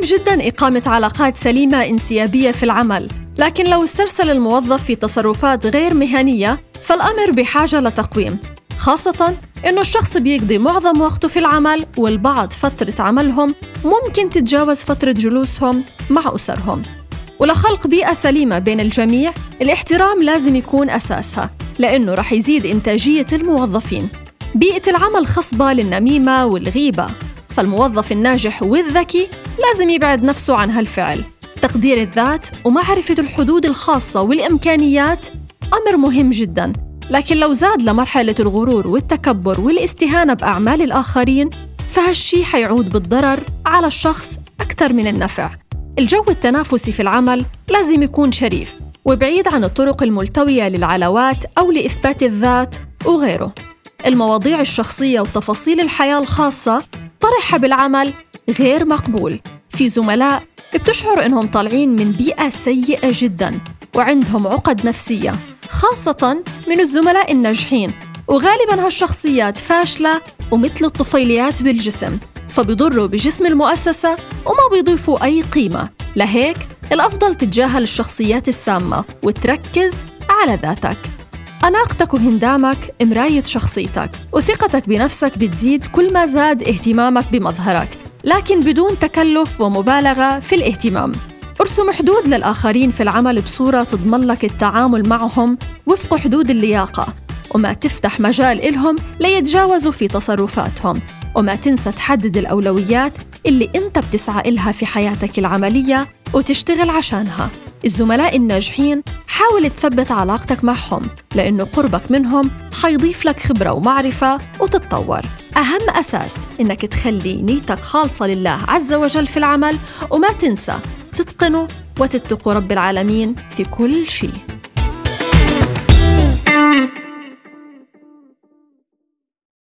جداً إقامة علاقات سليمة انسيابية في العمل، لكن لو استرسل الموظف في تصرفات غير مهنية فالأمر بحاجة لتقويم، خاصة إنه الشخص بيقضي معظم وقته في العمل، والبعض فترة عملهم ممكن تتجاوز فترة جلوسهم مع أسرهم. ولخلق بيئة سليمة بين الجميع، الاحترام لازم يكون أساسها، لأنه رح يزيد إنتاجية الموظفين. بيئة العمل خصبة للنميمة والغيبة، فالموظف الناجح والذكي لازم يبعد نفسه عن هالفعل. تقدير الذات ومعرفة الحدود الخاصة والإمكانيات أمر مهم جداً، لكن لو زاد لمرحلة الغرور والتكبر والاستهانة بأعمال الآخرين فهالشي حيعود بالضرر على الشخص أكثر من النفع. الجو التنافسي في العمل لازم يكون شريف وبعيد عن الطرق الملتوية للعلاوات أو لإثبات الذات وغيره. المواضيع الشخصية وتفاصيل الحياة الخاصة طرحها بالعمل غير مقبول. في زملاء بتشعر إنهم طالعين من بيئة سيئة جداً وعندهم عقد نفسية، خاصة من الزملاء الناجحين، وغالباً هالشخصيات فاشلة ومثل الطفيليات بالجسم، فبيضروا بجسم المؤسسة وما بيضيفوا أي قيمة. لهيك الأفضل تتجاهل الشخصيات السامة وتركز على ذاتك. أناقتك وهندامك مراية شخصيتك، وثقتك بنفسك بتزيد كل ما زاد اهتمامك بمظهرك، لكن بدون تكلف ومبالغة في الاهتمام. ارسم حدود للآخرين في العمل بصورة تضمن لك التعامل معهم وفق حدود اللياقة، وما تفتح مجال إلهم ليتجاوزوا في تصرفاتهم. وما تنسى تحدد الأولويات اللي أنت بتسعى إلها في حياتك العملية وتشتغل عشانها. الزملاء الناجحين حاول تثبت علاقتك معهم، لأنه قربك منهم حيضيف لك خبرة ومعرفة وتتطور. أهم أساس إنك تخلي نيتك خالصة لله عز وجل في العمل، وما تنسى تتقنوا وتتقوا رب العالمين في كل شيء.